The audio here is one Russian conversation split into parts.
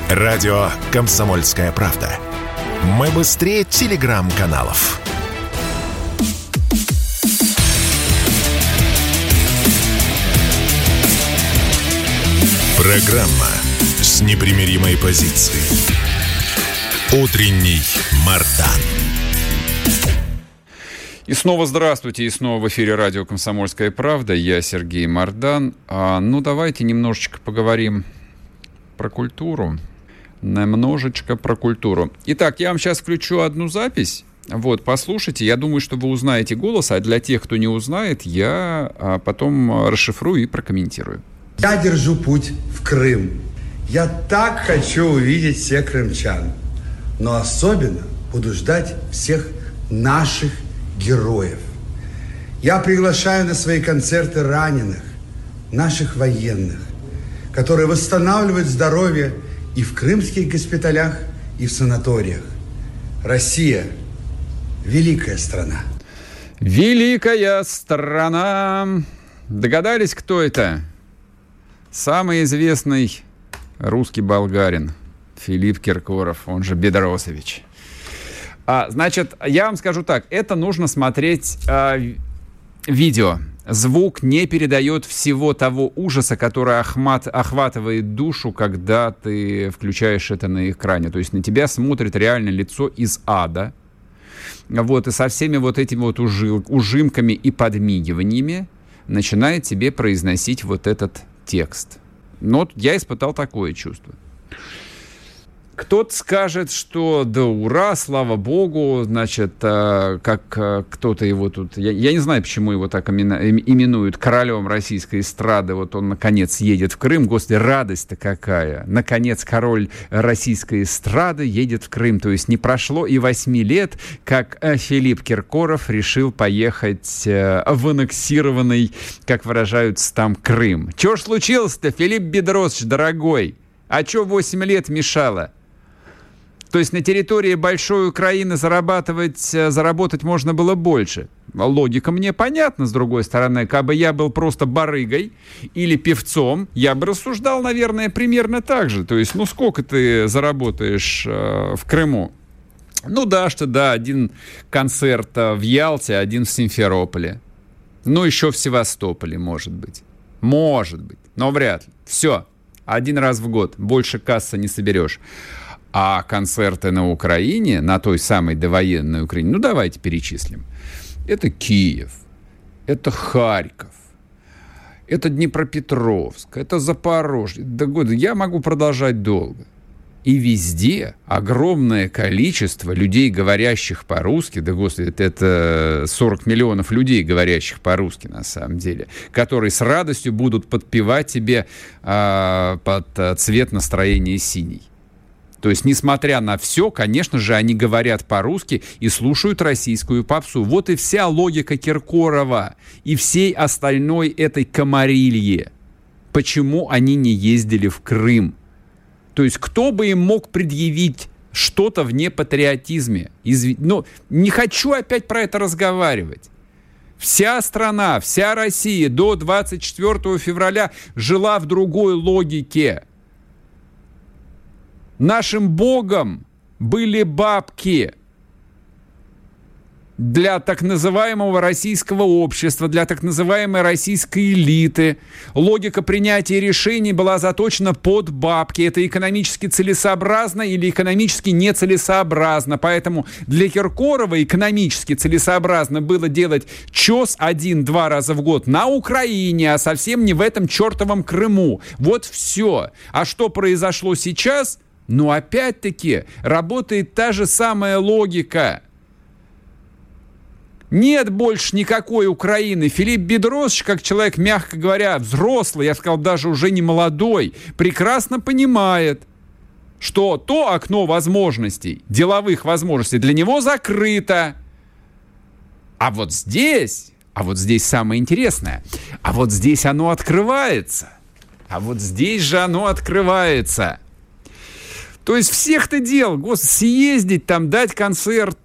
Радио «Комсомольская правда». Мы быстрее телеграм-каналов. Программа с непримиримой позицией. Утренний Мардан. И снова здравствуйте, и снова в эфире радио «Комсомольская правда». Я Сергей Мардан. Давайте немножечко поговорим про культуру. Немножечко про культуру. Итак, я вам сейчас включу одну запись. Вот, послушайте. Я думаю, что вы узнаете голос, а для тех, кто не узнает, я потом расшифрую и прокомментирую. Я держу путь в Крым. Я так хочу увидеть всех крымчан. Но особенно буду ждать всех наших героев. Я приглашаю на свои концерты раненых, наших военных, которые восстанавливают здоровье и в крымских госпиталях, и в санаториях. Россия – великая страна. Великая страна. Догадались, кто это? Самый известный русский болгарин Филипп Киркоров, он же Бедросович. Значит, я вам скажу так, это нужно смотреть видео. Звук не передает всего того ужаса, который охватывает душу, когда ты включаешь это на экране. То есть на тебя смотрит реально лицо из ада. Вот, и со всеми вот этими вот ужимками и подмигиваниями начинает тебе произносить вот этот текст. Но я испытал такое чувство. Кто-то скажет, что да ура, слава богу, значит, как кто-то его тут... Я не знаю, почему его так именуют королем российской эстрады. Вот он, наконец, едет в Крым. Господи, радость-то какая! Наконец, король российской эстрады едет в Крым. То есть не прошло и 8 лет, как Филипп Киркоров решил поехать в аннексированный, как выражаются там, Крым. Чего ж случилось-то, Филипп Бедросович, дорогой? А чё 8 лет мешало? То есть на территории большой Украины заработать можно было больше. Логика мне понятна, с другой стороны. Как бы я был просто барыгой или певцом, я бы рассуждал, наверное, примерно так же. То есть, сколько ты заработаешь в Крыму? Один концерт в Ялте, один в Симферополе. Еще в Севастополе, может быть. Может быть, но вряд ли. Все, один раз в год, больше кассы не соберешь. А концерты на Украине, на той самой довоенной Украине, давайте перечислим. Это Киев, это Харьков, это Днепропетровск, это Запорожье. Я могу продолжать долго. И везде огромное количество людей, говорящих по-русски, это 40 миллионов людей, говорящих по-русски на самом деле, которые с радостью будут подпевать тебе под цвет настроения синий. То есть, несмотря на все, конечно же, они говорят по-русски и слушают российскую попсу. Вот и вся логика Киркорова и всей остальной этой комарильи. Почему они не ездили в Крым? То есть, кто бы им мог предъявить что-то вне патриотизме? Не хочу опять про это разговаривать. Вся страна, вся Россия до 24 февраля жила в другой логике. Нашим богом были бабки для так называемого российского общества, для так называемой российской элиты. Логика принятия решений была заточена под бабки. Это экономически целесообразно или экономически нецелесообразно. Поэтому для Киркорова экономически целесообразно было делать ЧОС 1-2 раза в год на Украине, а совсем не в этом чертовом Крыму. Вот все. А что произошло сейчас? Опять-таки, работает та же самая логика. Нет больше никакой Украины. Филипп Бедросович, как человек, мягко говоря, взрослый, я сказал, даже уже не молодой, прекрасно понимает, что то окно возможностей, деловых возможностей для него закрыто. А вот здесь самое интересное, а вот здесь оно открывается. То есть всех-то дел, съездить там, дать концерт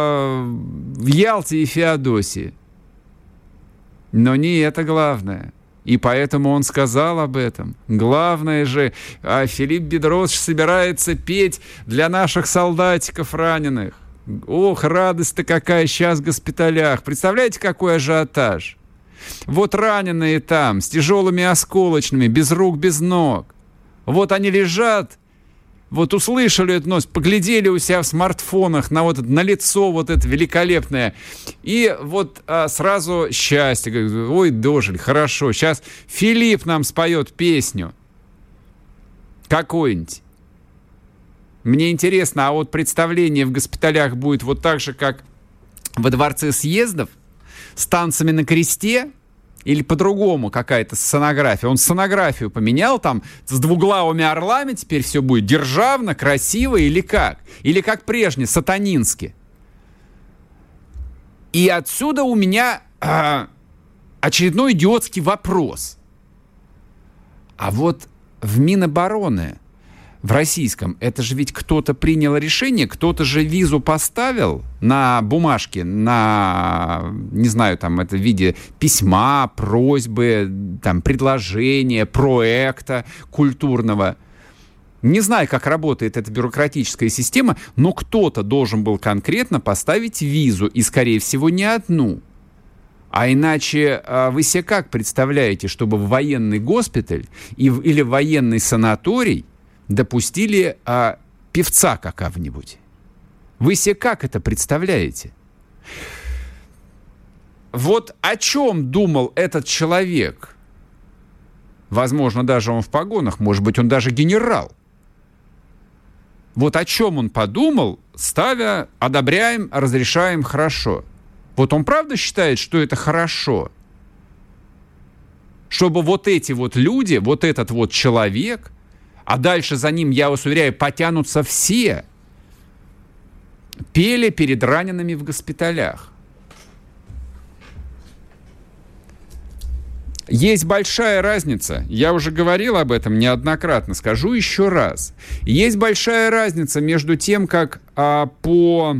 в Ялте и Феодосии. Но не это главное. И поэтому он сказал об этом. Главное же, Филипп Бедросович собирается петь для наших солдатиков раненых. Ох, радость-то какая сейчас в госпиталях. Представляете, какой ажиотаж? Вот раненые там, с тяжелыми осколочными, без рук, без ног. Вот они лежат, вот услышали эту новость, поглядели у себя в смартфонах на лицо вот это великолепное. И вот сразу счастье. Говорят, ой, дожили, хорошо. Сейчас Филипп нам споет песню. Какую-нибудь. Мне интересно, а вот представление в госпиталях будет вот так же, как во Дворце съездов? С танцами на кресте? Или по-другому какая-то сценография? Он сценографию поменял, там с двуглавыми орлами теперь все будет державно, красиво или как? Или как прежде, сатанински? И отсюда у меня очередной идиотский вопрос. А вот в Минобороны, в российском, это же ведь кто-то принял решение, кто-то же визу поставил на бумажке, на, не знаю, там, это в виде письма, просьбы, там, предложения, проекта культурного. Не знаю, как работает эта бюрократическая система, но кто-то должен был конкретно поставить визу, и, скорее всего, не одну. А иначе вы себе как представляете, чтобы в военный госпиталь или в военный санаторий допустили певца какого-нибудь? Вы себе как это представляете? Вот о чем думал этот человек? Возможно, даже он в погонах, может быть, он даже генерал. Вот о чем он подумал, ставя «одобряем», «разрешаем», «хорошо». Вот он правда считает, что это хорошо? Чтобы вот эти вот люди, вот этот вот человек, а дальше за ним, я вас уверяю, потянутся все, пели перед ранеными в госпиталях. Есть большая разница, я уже говорил об этом неоднократно, скажу еще раз. Есть большая разница между тем, как по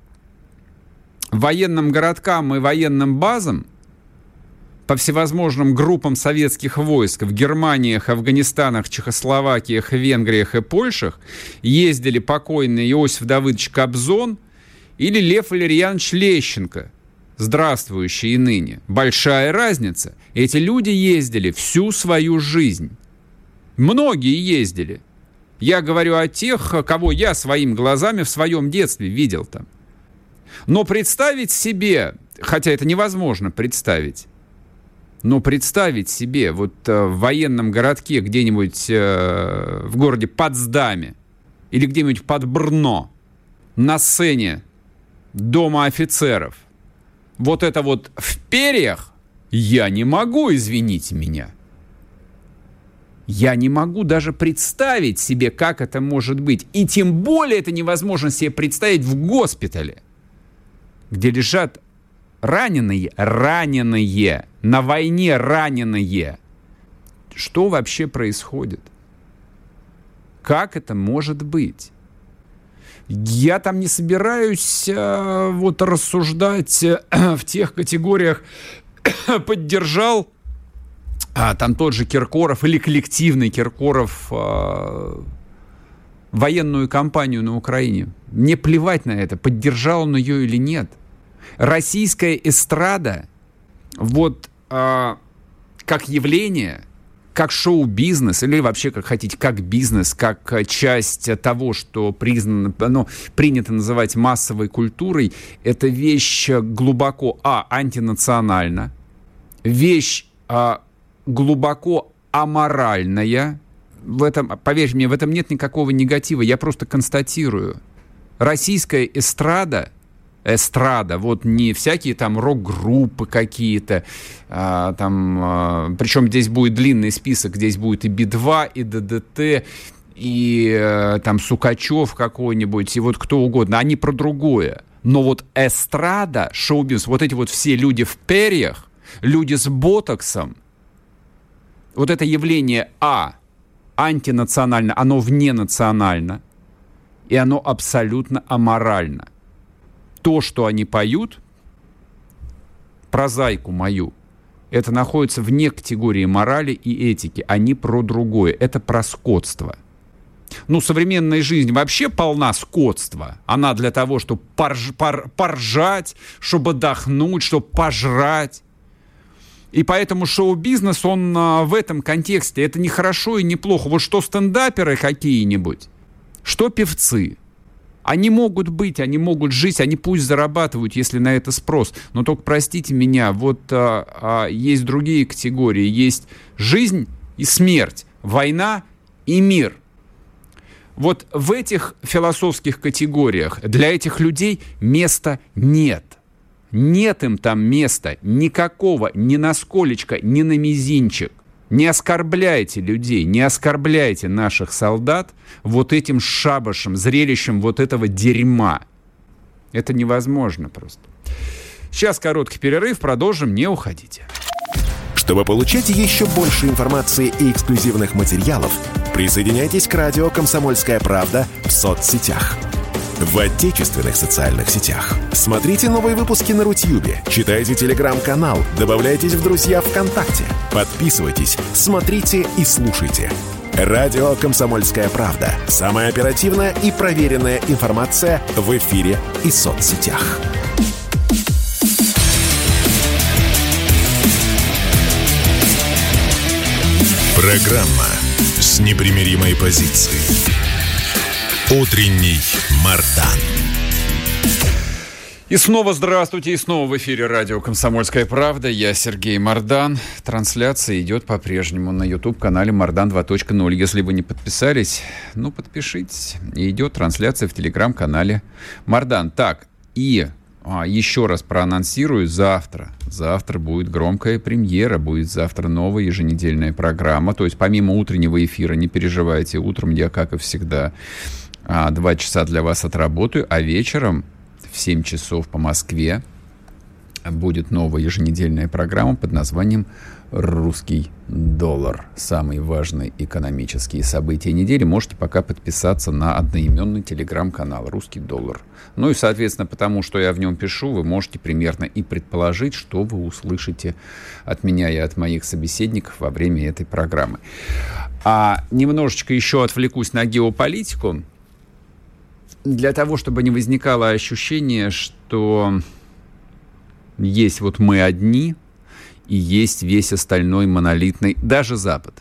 военным городкам и военным базам, по всевозможным группам советских войск в Германиях, Афганистанах, Чехословакиях, Венгриях и Польшах ездили покойный Иосиф Давыдович Кобзон или Лев Валерьянович Лещенко, здравствующий и ныне. Большая разница. Эти люди ездили всю свою жизнь. Многие ездили. Я говорю о тех, кого я своими глазами в своем детстве видел там. Но представить себе, хотя это невозможно представить, но представить себе вот в военном городке где-нибудь в городе Потсдаме или где-нибудь под Брно на сцене Дома офицеров вот это вот в перьях, я не могу, извините меня. Я не могу даже представить себе, как это может быть. И тем более это невозможно себе представить в госпитале, где лежат раненые, на войне раненые. Что вообще происходит? Как это может быть? Я там не собираюсь рассуждать в тех категориях поддержал там тот же Киркоров или коллективный Киркоров военную кампанию на Украине. Мне плевать на это, поддержал он ее или нет. Российская эстрада, как явление, как шоу-бизнес, или вообще, как хотите, как бизнес, как часть того, что принято называть массовой культурой, это вещь глубоко, антинациональна, вещь глубоко аморальная. В этом, поверь мне, в этом нет никакого негатива, я просто констатирую. Российская эстрада, вот не всякие там рок-группы какие-то, причем здесь будет длинный список, здесь будет и Би-2, и ДДТ, и там Сукачев какой-нибудь, и вот кто угодно, они про другое. Но вот эстрада, шоу-бизнес, вот эти вот все люди в перьях, люди с ботоксом, вот это явление антинационально, оно вненационально, и оно абсолютно аморально. То, что они поют, прозаику мою, Это находится вне категории морали и этики. Они про другое. Это про скотство. Ну, современная жизнь вообще полна скотства. Она для того, чтобы поржать, чтобы отдохнуть, чтобы пожрать. И поэтому шоу-бизнес, он в этом контексте, это не хорошо и не плохо. Вот что стендаперы какие-нибудь, что певцы. Они могут быть, они могут жить, они пусть зарабатывают, если на это спрос. Но только простите меня, вот есть другие категории. Есть жизнь и смерть, война и мир. Вот в этих философских категориях для этих людей места нет. Нет им там места никакого, ни на сколечко, ни на мизинчик. Не оскорбляйте людей, не оскорбляйте наших солдат вот этим шабашем, зрелищем вот этого дерьма. Это невозможно просто. Сейчас короткий перерыв, продолжим, не уходите. Чтобы получать еще больше информации и эксклюзивных материалов, присоединяйтесь к радио «Комсомольская правда» в соцсетях. В отечественных социальных сетях. Смотрите новые выпуски на Рутьюбе, читайте телеграм-канал, добавляйтесь в друзья ВКонтакте, подписывайтесь, смотрите и слушайте. Радио «Комсомольская правда». Самая оперативная и проверенная информация в эфире и соцсетях. Программа с непримиримой позицией. Утренний Мардан. И снова здравствуйте, и снова в эфире радио «Комсомольская правда». Я Сергей Мардан. Трансляция идет по-прежнему на YouTube-канале Мардан 2.0. Если вы не подписались, подпишитесь. И идет трансляция в телеграм-канале Мардан. Так, и еще раз проанонсирую, завтра будет громкая премьера, будет завтра новая еженедельная программа. То есть помимо утреннего эфира, не переживайте, утром я, как и всегда, 2 часа для вас отработаю, а вечером в 7 часов по Москве будет новая еженедельная программа под названием «Русский доллар». Самые важные экономические события недели. Можете пока подписаться на одноименный телеграм-канал «Русский доллар». Ну и, соответственно, потому что я в нем пишу, вы можете примерно и предположить, что вы услышите от меня и от моих собеседников во время этой программы. А немножечко еще отвлекусь на геополитику, для того, чтобы не возникало ощущение, что есть вот мы одни, и есть весь остальной монолитный, даже Запад.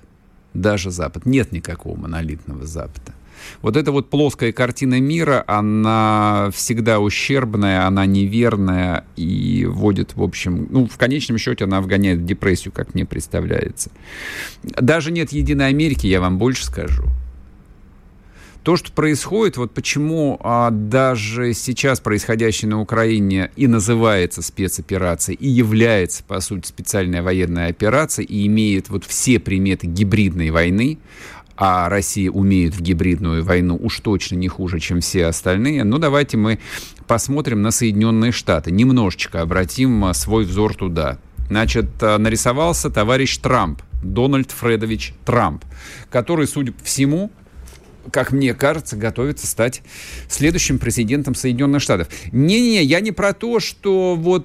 Нет никакого монолитного Запада. Вот эта вот плоская картина мира, она всегда ущербная, она неверная и вводит, в общем, в конечном счете она вгоняет в депрессию, как мне представляется. Даже нет единой Америки, я вам больше скажу. То, что происходит, вот почему даже сейчас происходящее на Украине и называется спецоперацией, и является, по сути, специальная военная операция, и имеет вот все приметы гибридной войны, а Россия умеет в гибридную войну уж точно не хуже, чем все остальные, давайте мы посмотрим на Соединенные Штаты, немножечко обратим свой взор туда. Значит, нарисовался товарищ Трамп, Дональд Фредович Трамп, который, судя по всему, как мне кажется, готовится стать следующим президентом Соединенных Штатов. Не-не-не, я не про то, что вот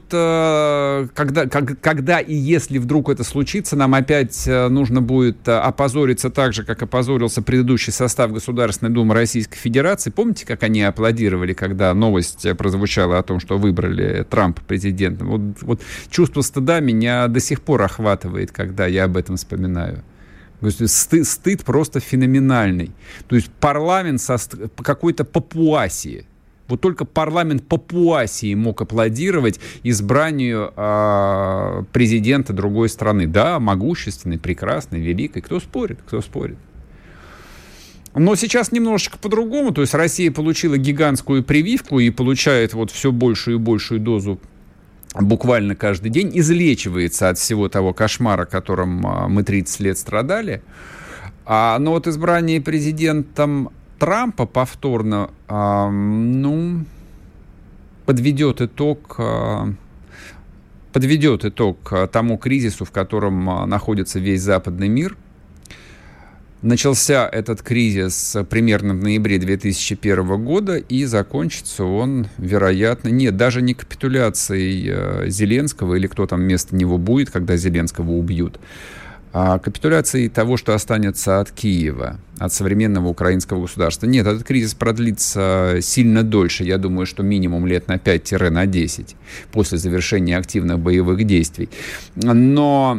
когда и если вдруг это случится, нам опять нужно будет опозориться так же, как опозорился предыдущий состав Государственной Думы Российской Федерации. Помните, как они аплодировали, когда новость прозвучала о том, что выбрали Трампа президентом? Вот чувство стыда меня до сих пор охватывает, когда я об этом вспоминаю. Стыд просто феноменальный. То есть парламент какой-то Папуасии. Вот только парламент Папуасии мог аплодировать избранию президента другой страны. Да, могущественный, прекрасный, великий. Кто спорит? Но сейчас немножечко по-другому. То есть Россия получила гигантскую прививку и получает вот все большую и большую дозу буквально каждый день, излечивается от всего того кошмара, которым мы 30 лет страдали. Но вот избрание президентом Трампа повторно, подведет итог тому кризису, в котором находится весь западный мир. Начался этот кризис примерно в ноябре 2001 года, и закончится он, вероятно, даже не капитуляцией Зеленского, или кто там вместо него будет, когда Зеленского убьют, а капитуляцией того, что останется от Киева, от современного украинского государства. Нет, этот кризис продлится сильно дольше, я думаю, что минимум лет на 5-10 после завершения активных боевых действий. Но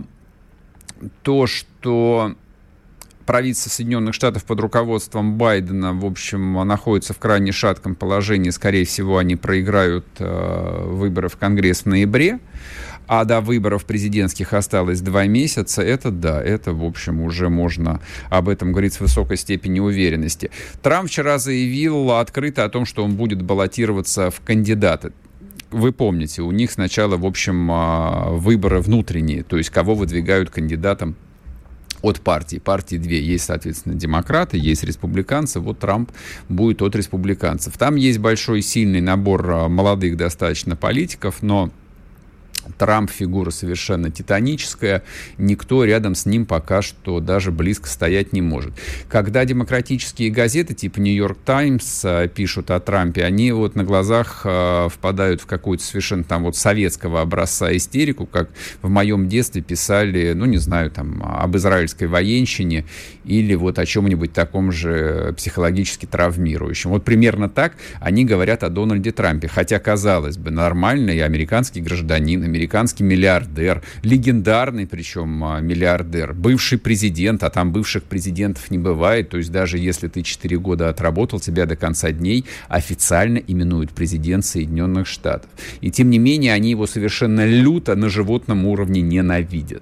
то, что правительство Соединенных Штатов под руководством Байдена, в общем, находится в крайне шатком положении. Скорее всего, они проиграют выборы в Конгресс в ноябре, а до выборов президентских осталось 2 месяца. Это, в общем, уже можно об этом говорить с высокой степенью уверенности. Трамп вчера заявил открыто о том, что он будет баллотироваться в кандидаты. Вы помните, у них сначала, в общем, выборы внутренние, то есть кого выдвигают кандидатом от партии. Партии 2. Есть, соответственно, демократы, есть республиканцы. Вот Трамп будет от республиканцев. Там есть большой, сильный набор молодых достаточно политиков, но Трамп фигура совершенно титаническая. Никто рядом с ним пока что даже близко стоять не может. Когда демократические газеты типа «Нью-Йорк Таймс» пишут о Трампе, они вот на глазах впадают в какую-то совершенно там вот советского образца истерику, как в моем детстве писали, не знаю, там, об израильской военщине или вот о чем-нибудь таком же психологически травмирующем. Вот примерно так они говорят о Дональде Трампе. Хотя, казалось бы, нормальный американский гражданин, американский миллиардер, легендарный причем миллиардер, бывший президент, а там бывших президентов не бывает, то есть даже если ты 4 года отработал, тебя до конца дней официально именуют президент Соединенных Штатов. И тем не менее они его совершенно люто на животном уровне ненавидят.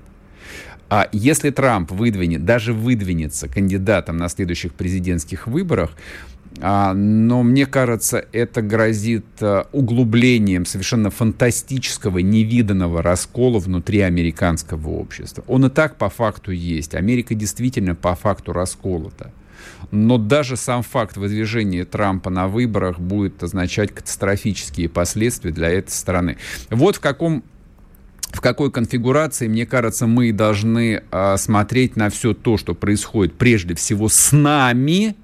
А если Трамп выдвинется кандидатом на следующих президентских выборах, но мне кажется, это грозит углублением совершенно фантастического, невиданного раскола внутри американского общества. Он и так по факту есть. Америка действительно по факту расколота. Но даже сам факт выдвижения Трампа на выборах будет означать катастрофические последствия для этой страны. Вот в какой конфигурации, мне кажется, мы должны смотреть на все то, что происходит прежде всего с нами.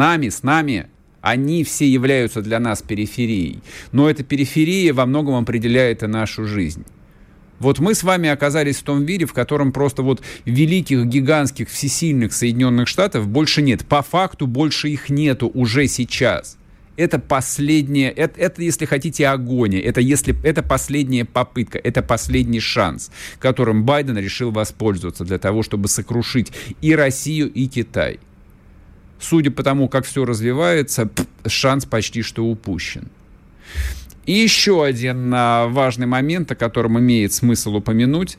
Они все являются для нас периферией. Но эта периферия во многом определяет и нашу жизнь. Вот мы с вами оказались в том мире, в котором просто вот великих, гигантских, всесильных Соединенных Штатов больше нет. По факту больше их нету уже сейчас. Это последняя, это, если хотите, агония, это последняя попытка, это последний шанс, которым Байден решил воспользоваться для того, чтобы сокрушить и Россию, и Китай. Судя по тому, как все развивается, шанс почти что упущен. И еще один важный момент, о котором имеет смысл упомянуть.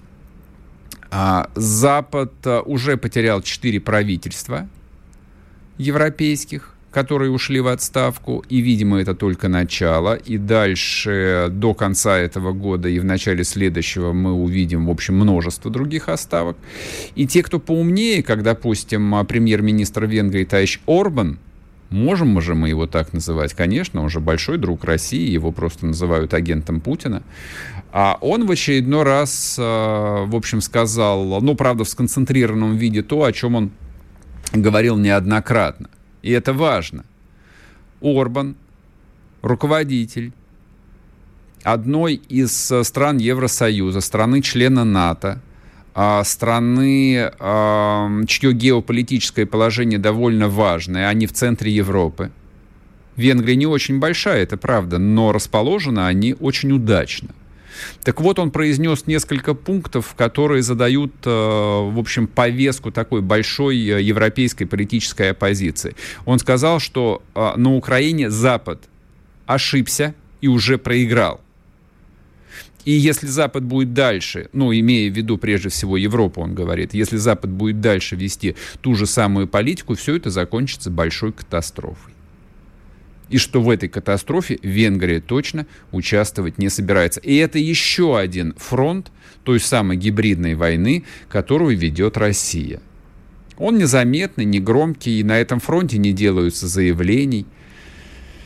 Запад уже потерял 4 правительства европейских, которые ушли в отставку, и, видимо, это только начало, и дальше до конца этого года и в начале следующего мы увидим, в общем, множество других отставок. И те, кто поумнее, как, допустим, премьер-министр Венгрии товарищ Орбан, можем мы его так называть, конечно, он же большой друг России, его просто называют агентом Путина, а он в очередной раз, в общем, сказал, правда, в сконцентрированном виде то, о чем он говорил неоднократно. И это важно. Орбан, руководитель одной из стран Евросоюза, страны-члена НАТО, страны, чье геополитическое положение довольно важное, они в центре Европы. Венгрия не очень большая, это правда, но расположены они очень удачно. Так вот, он произнес несколько пунктов, которые задают, в общем, повестку такой большой европейской политической оппозиции. Он сказал, что на Украине Запад ошибся и уже проиграл. И если Запад будет дальше, имея в виду прежде всего Европу, он говорит, если Запад будет дальше вести ту же самую политику, все это закончится большой катастрофой. И что в этой катастрофе Венгрия точно участвовать не собирается. И это еще один фронт той самой гибридной войны, которую ведет Россия. Он незаметный, негромкий, и на этом фронте не делаются заявлений.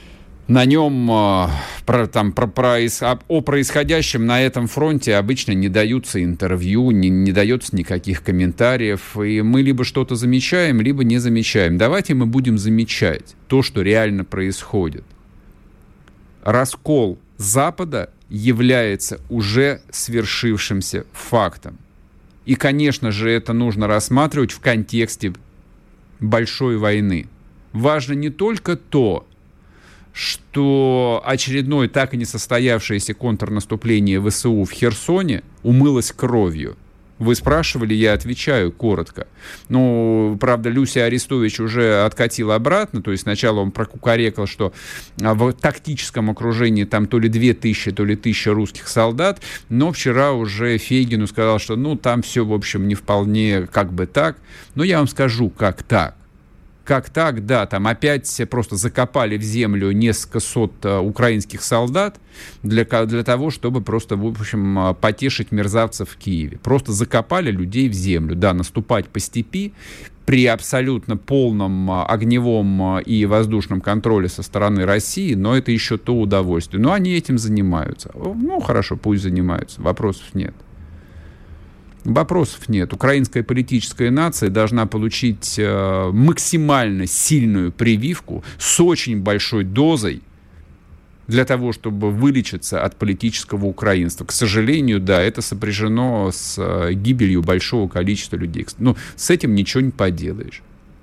На нем о происходящем на этом фронте обычно не даются интервью, не дается никаких комментариев, и мы либо что-то замечаем, либо не замечаем. Давайте мы будем замечать то, что реально происходит. Раскол Запада является уже свершившимся фактом. И, конечно же, это нужно рассматривать в контексте большой войны. Важно не только то, что очередное так и не состоявшееся контрнаступление ВСУ в Херсоне умылось кровью. Вы спрашивали, я отвечаю коротко. Ну, правда, Люся Арестович уже откатил обратно, то есть сначала он прокукарекал, что в тактическом окружении там то ли 2000, то ли 1000 русских солдат, но вчера уже Фейгину сказал, что ну там все, в общем, не вполне как бы так. Но я вам скажу, как так. Как так, да, там опять просто закопали в землю несколько сот украинских солдат для того, чтобы просто, в общем, потешить мерзавцев в Киеве. Просто закопали людей в землю. Да, наступать по степи при абсолютно полном огневом и воздушном контроле со стороны России, но это еще то удовольствие. Но они этим занимаются. Ну, хорошо, пусть занимаются, вопросов нет. Вопросов нет. Украинская политическая нация должна получить максимально сильную прививку с очень большой дозой для того, чтобы вылечиться от политического украинства. К сожалению, да, это сопряжено с гибелью большого количества людей. Ну, с этим ничего не поделаешь.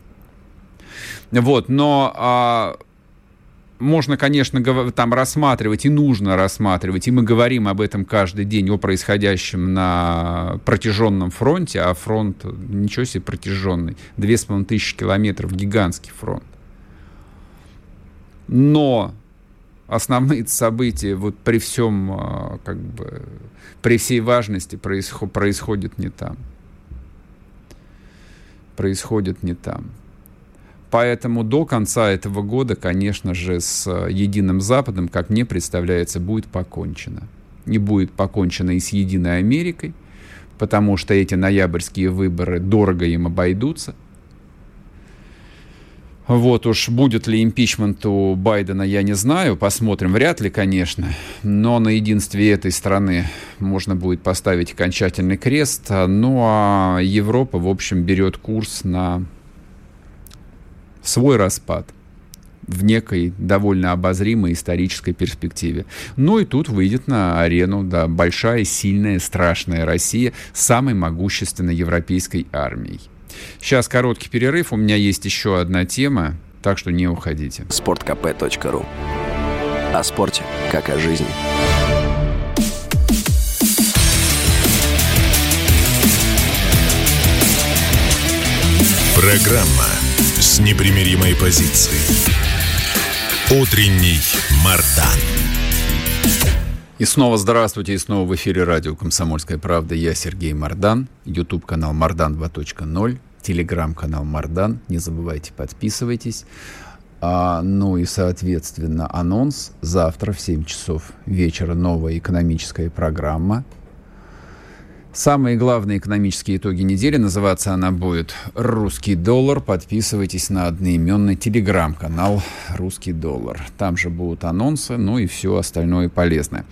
Вот, но... Можно, конечно, там рассматривать, и нужно рассматривать, и мы говорим об этом каждый день, о происходящем на протяженном фронте, а фронт, ничего себе, протяженный, 2500 километров, гигантский фронт. Но основные события вот при всем, как бы, при всей важности происходят не там. Происходят не там. Поэтому до конца этого года, конечно же, с Единым Западом, как мне представляется, будет покончено. Не будет покончено и с Единой Америкой, потому что эти ноябрьские выборы дорого им обойдутся. Вот уж будет ли импичмент у Байдена, я не знаю, посмотрим, вряд ли, конечно, но на единстве этой страны можно будет поставить окончательный крест. Ну а Европа, в общем, берет курс на свой распад в некой довольно обозримой исторической перспективе. Ну и тут выйдет на арену, да, большая, сильная, страшная Россия с самой могущественной европейской армией. Сейчас короткий перерыв, у меня есть еще одна тема, так что не уходите. sportkp.ru. О спорте, как о жизни. Программа с непримиримой позицией. Утренний Мардан. И снова здравствуйте, и снова в эфире радио «Комсомольская правда». Я Сергей Мардан, YouTube-канал Мардан 2.0, Telegram-канал Мардан. Не забывайте, подписывайтесь. Ну и, соответственно, анонс. Завтра в 7 часов вечера новая экономическая программа. Самые главные экономические итоги недели. Называться она будет «Русский доллар». Подписывайтесь на одноименный телеграм-канал «Русский доллар». Там же будут анонсы, ну и все остальное полезное.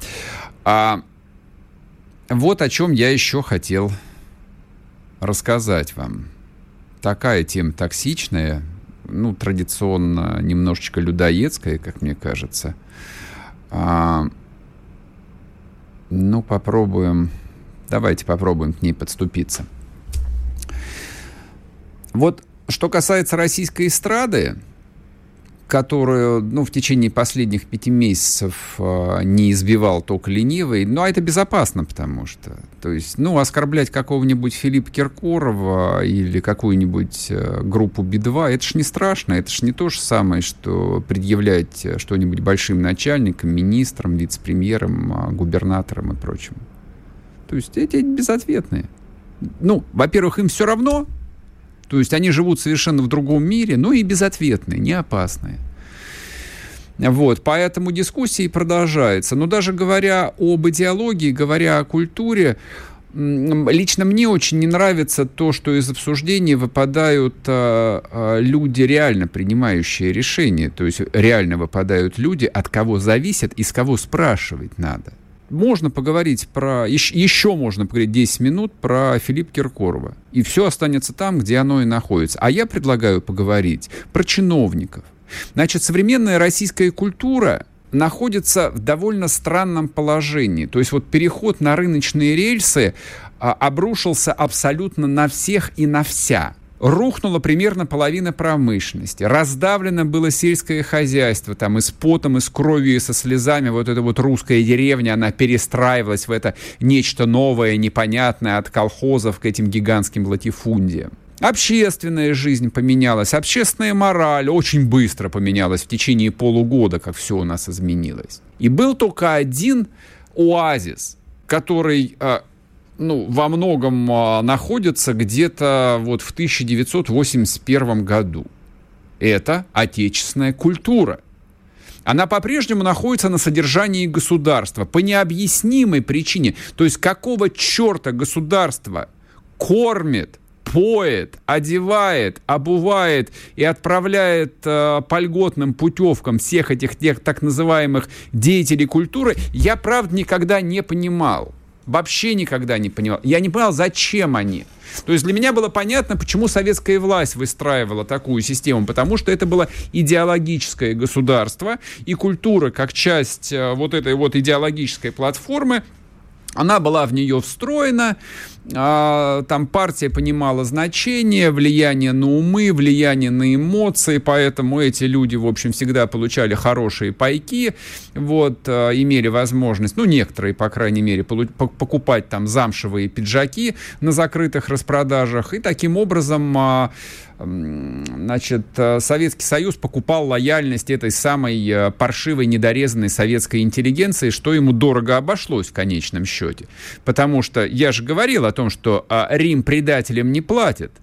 Вот о чем я еще хотел рассказать вам. Такая тема токсичная, ну, традиционно немножечко людоедская, как мне кажется. Ну, попробуем... Давайте попробуем к ней подступиться. Вот что касается российской эстрады, которую, ну, в течение последних 5 месяцев не избивал только ленивый, ну, а это безопасно, потому что, то есть, ну, оскорблять какого-нибудь Филиппа Киркорова или какую-нибудь группу Би-2, это ж не страшно, это ж не то же самое, что предъявлять что-нибудь большим начальникам, министрам, вице-премьерам, губернаторам и прочему. То есть эти безответные. Ну, во-первых, им все равно. То есть они живут совершенно в другом мире, но и безответные, не опасные. Вот, поэтому дискуссии продолжаются. Но даже говоря об идеологии, говоря о культуре, лично мне очень не нравится то, что из обсуждений выпадают люди, реально принимающие решения. То есть реально выпадают люди, от кого зависит и с кого спрашивать надо. Можно поговорить еще можно поговорить 10 минут про Филиппа Киркорова. И все останется там, где оно и находится. А я предлагаю поговорить про чиновников. Значит, современная российская культура находится в довольно странном положении. То есть вот переход на рыночные рельсы обрушился абсолютно на всех и на вся. Рухнула примерно половина промышленности. Раздавлено было сельское хозяйство. Там и с потом, и с кровью, и со слезами. Вот эта вот русская деревня, она перестраивалась в это нечто новое, непонятное от колхозов к этим гигантским латифундиям. Общественная жизнь поменялась. Общественная мораль очень быстро поменялась в течение полугода, как все у нас изменилось. И был только один оазис, который... во многом находится где-то вот в 1981 году. Это отечественная культура. Она по-прежнему находится на содержании государства по необъяснимой причине. То есть какого черта государство кормит, поет, одевает, обувает и отправляет по льготным путевкам всех этих так называемых деятелей культуры, я, правда, никогда не понимал. Вообще никогда не понимал. Я не понимал, зачем они. То есть для меня было понятно, почему советская власть выстраивала такую систему. Потому что это было идеологическое государство, и культура, как часть вот этой вот идеологической платформы, она была в нее встроена, там партия понимала значение, влияние на умы, влияние на эмоции, поэтому эти люди, в общем, всегда получали хорошие пайки, вот, имели возможность, некоторые, по крайней мере, покупать там замшевые пиджаки на закрытых распродажах, и таким образом, значит, Советский Союз покупал лояльность этой самой паршивой, недорезанной советской интеллигенции, что ему дорого обошлось в конечном счете. Потому что, я же говорил о том, что Рим предателям не платит,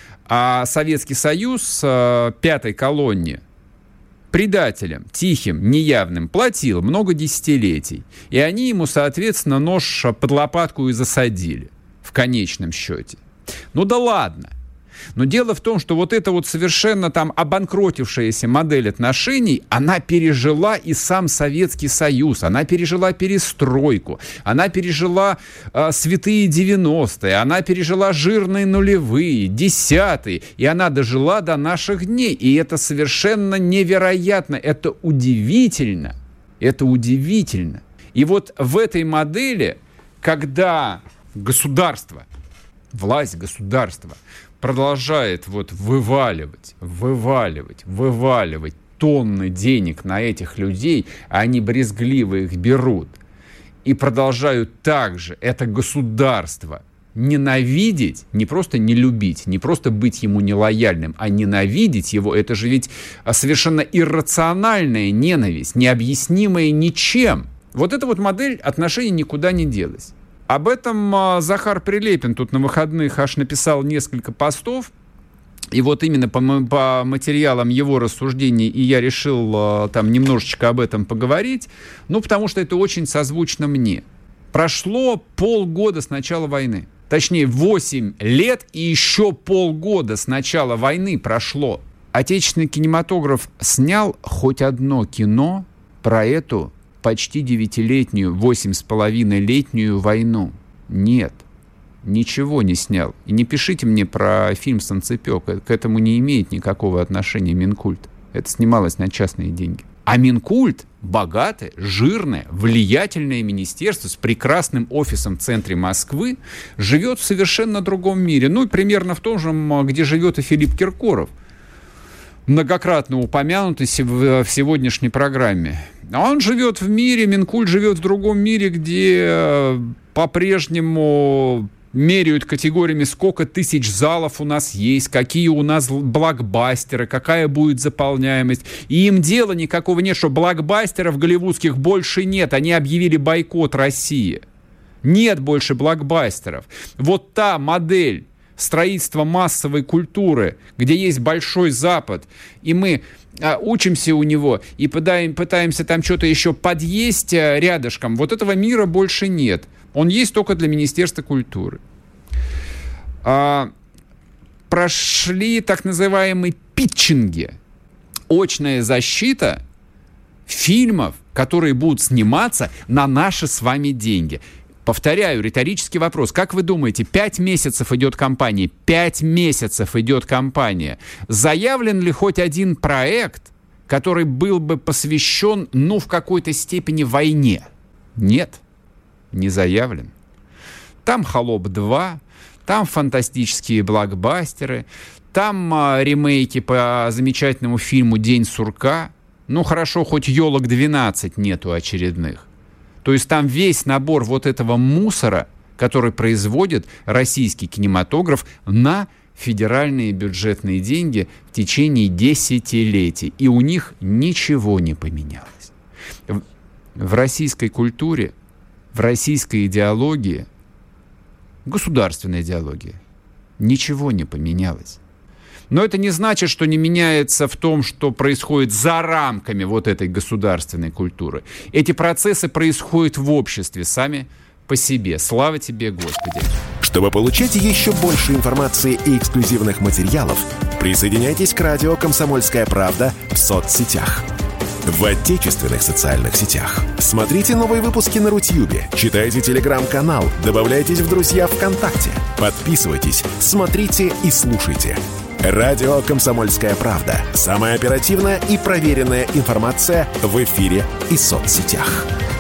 а Советский Союз пятой колонне, предателям, тихим, неявным, платил много десятилетий. И они ему, соответственно, нож под лопатку и засадили в конечном счете. Ну да ладно. Но дело в том, что вот эта вот совершенно там обанкротившаяся модель отношений, она пережила и сам Советский Союз, она пережила перестройку, она пережила святые 90-е, она пережила жирные нулевые, десятые, и она дожила до наших дней. И это совершенно невероятно, это удивительно, это удивительно. И вот в этой модели, когда государство, власть государства продолжает вот вываливать тонны денег на этих людей, а они брезгливо их берут, и продолжают также это государство ненавидеть, не просто не любить, не просто быть ему нелояльным, а ненавидеть его, это же ведь совершенно иррациональная ненависть, необъяснимая ничем. Вот эта вот модель отношений никуда не делась. Об этом Захар Прилепин тут на выходных аж написал несколько постов. И вот именно по материалам его рассуждений и я решил там немножечко об этом поговорить. Потому что это очень созвучно мне. Прошло полгода с начала войны. Точнее, 8 лет и еще полгода с начала войны прошло. Отечественный кинематограф снял хоть одно кино про эту почти 9-летнюю, 8,5-летнюю войну? Нет, ничего не снял. И не пишите мне про фильм «Санцепёк». К этому не имеет никакого отношения Минкульт. Это снималось на частные деньги. А Минкульт — богатое, жирное, влиятельное министерство с прекрасным офисом в центре Москвы, живет в совершенно другом мире. Примерно в том же, где живет и Филипп Киркоров, многократно упомянутый в сегодняшней программе. А он живет в мире, Минкульт живет в другом мире, где по-прежнему меряют категориями, сколько тысяч залов у нас есть, какие у нас блокбастеры, какая будет заполняемость. И им дела никакого нет, что блокбастеров голливудских больше нет. Они объявили бойкот России. Нет больше блокбастеров. Вот та модель строительства массовой культуры, где есть Большой Запад, и мы учимся у него и пытаемся там что-то еще подъесть рядышком. Вот этого мира больше нет. Он есть только для Министерства культуры. Прошли так называемые питчинги. Очная защита фильмов, которые будут сниматься на наши с вами деньги. Повторяю, риторический вопрос. Как вы думаете, 5 месяцев идет кампания? 5 месяцев идет кампания. Заявлен ли хоть один проект, который был бы посвящен, в какой-то степени войне? Нет, не заявлен. Там «Холоп 2», там фантастические блокбастеры, там ремейки по замечательному фильму «День сурка». Хорошо, хоть «Елок 12» нету очередных. То есть там весь набор вот этого мусора, который производит российский кинематограф на федеральные бюджетные деньги в течение десятилетий. И у них ничего не поменялось. В российской культуре, в российской идеологии, государственной идеологии, ничего не поменялось. Но это не значит, что не меняется в том, что происходит за рамками вот этой государственной культуры. Эти процессы происходят в обществе сами по себе. Слава тебе, Господи! Чтобы получать еще больше информации и эксклюзивных материалов, присоединяйтесь к радио «Комсомольская правда» в соцсетях. В отечественных социальных сетях. Смотрите новые выпуски на Рутьюбе, читайте телеграм-канал, добавляйтесь в друзья ВКонтакте, подписывайтесь, смотрите и слушайте. Радио «Комсомольская правда». Самая оперативная и проверенная информация в эфире и соцсетях.